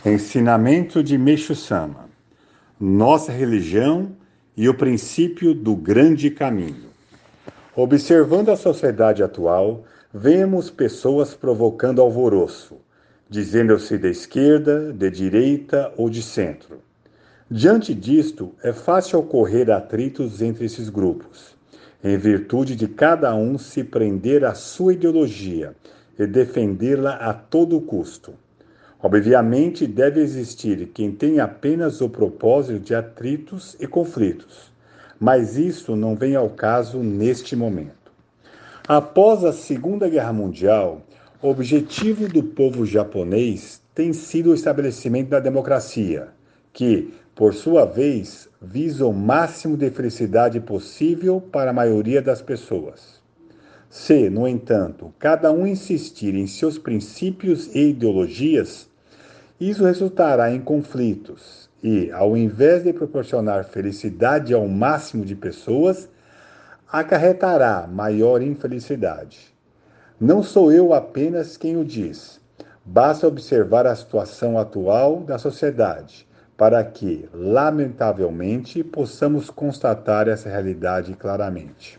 Ensinamento de Meixo Sama: Nossa religião e o princípio do grande caminho. Observando a sociedade atual, vemos pessoas provocando alvoroço, dizendo-se de esquerda, de direita ou de centro. Diante disto, é fácil ocorrer atritos entre esses grupos, em virtude de cada um se prender à sua ideologia e defendê-la a todo custo. Obviamente, deve existir quem tenha apenas o propósito de atritos e conflitos, mas isso não vem ao caso neste momento. Após a Segunda Guerra Mundial, o objetivo do povo japonês tem sido o estabelecimento da democracia, que, por sua vez, visa o máximo de felicidade possível para a maioria das pessoas. Se, no entanto, cada um insistir em seus princípios e ideologias, isso resultará em conflitos e, ao invés de proporcionar felicidade ao máximo de pessoas, acarretará maior infelicidade. Não sou eu apenas quem o diz. Basta observar a situação atual da sociedade para que, lamentavelmente, possamos constatar essa realidade claramente.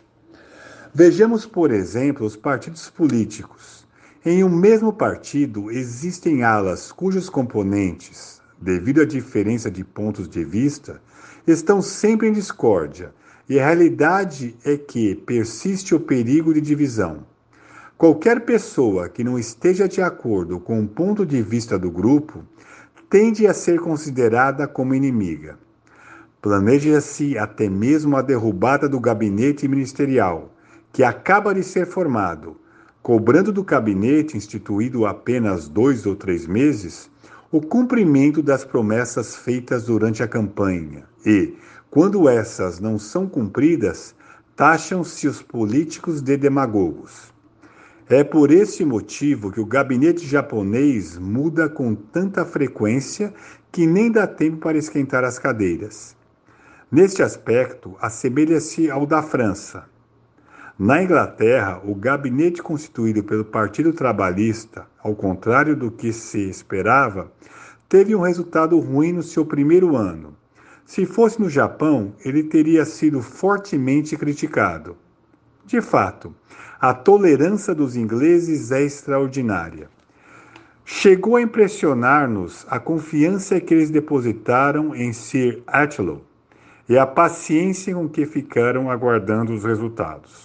Vejamos, por exemplo, os partidos políticos. Em um mesmo partido existem alas cujos componentes, devido à diferença de pontos de vista, estão sempre em discórdia, e a realidade é que persiste o perigo de divisão. Qualquer pessoa que não esteja de acordo com o ponto de vista do grupo tende a ser considerada como inimiga. Planeja-se até mesmo a derrubada do gabinete ministerial, que acaba de ser formado, cobrando do gabinete, instituído há apenas 2 ou 3 meses, o cumprimento das promessas feitas durante a campanha e, quando essas não são cumpridas, taxam-se os políticos de demagogos. É por esse motivo que o gabinete japonês muda com tanta frequência que nem dá tempo para esquentar as cadeiras. Neste aspecto, assemelha-se ao da França. Na Inglaterra, o gabinete constituído pelo Partido Trabalhista, ao contrário do que se esperava, teve um resultado ruim no seu primeiro ano. Se fosse no Japão, ele teria sido fortemente criticado. De fato, a tolerância dos ingleses é extraordinária. Chegou a impressionar-nos a confiança que eles depositaram em Sir Atlow e a paciência com que ficaram aguardando os resultados.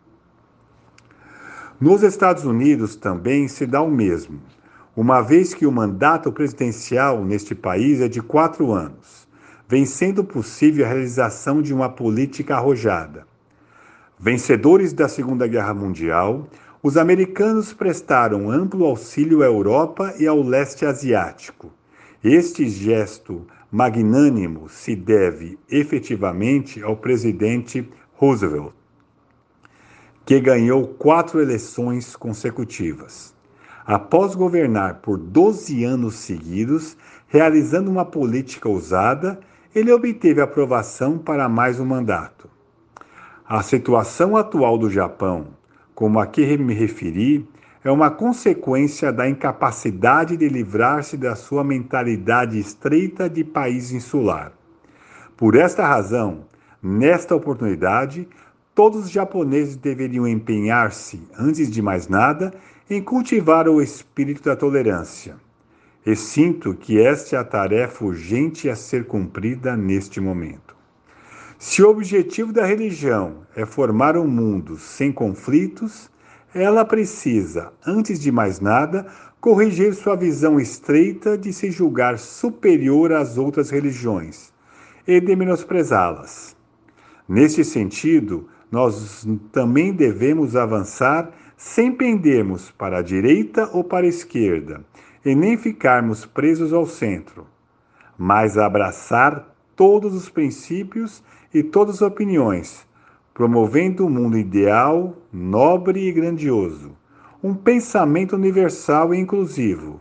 Nos Estados Unidos também se dá o mesmo, uma vez que o mandato presidencial neste país é de 4 anos, vem sendo possível a realização de uma política arrojada. Vencedores da Segunda Guerra Mundial, os americanos prestaram amplo auxílio à Europa e ao leste asiático. Este gesto magnânimo se deve efetivamente ao presidente Roosevelt, que ganhou 4 eleições consecutivas. Após governar por 12 anos seguidos, realizando uma política ousada, ele obteve aprovação para mais um mandato. A situação atual do Japão, como a que me referi, é uma consequência da incapacidade de livrar-se da sua mentalidade estreita de país insular. Por esta razão, nesta oportunidade, todos os japoneses deveriam empenhar-se, antes de mais nada, em cultivar o espírito da tolerância. E sinto que esta é a tarefa urgente a ser cumprida neste momento. Se o objetivo da religião é formar um mundo sem conflitos, ela precisa, antes de mais nada, corrigir sua visão estreita de se julgar superior às outras religiões e de menosprezá-las. Neste sentido, nós também devemos avançar sem pendermos para a direita ou para a esquerda, e nem ficarmos presos ao centro, mas abraçar todos os princípios e todas as opiniões, promovendo um mundo ideal, nobre e grandioso, um pensamento universal e inclusivo.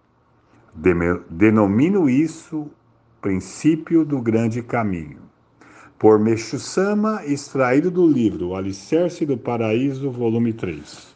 Denomino isso princípio do grande caminho. Por Meixo Sama, extraído do livro O Alicerce do Paraíso, volume 3.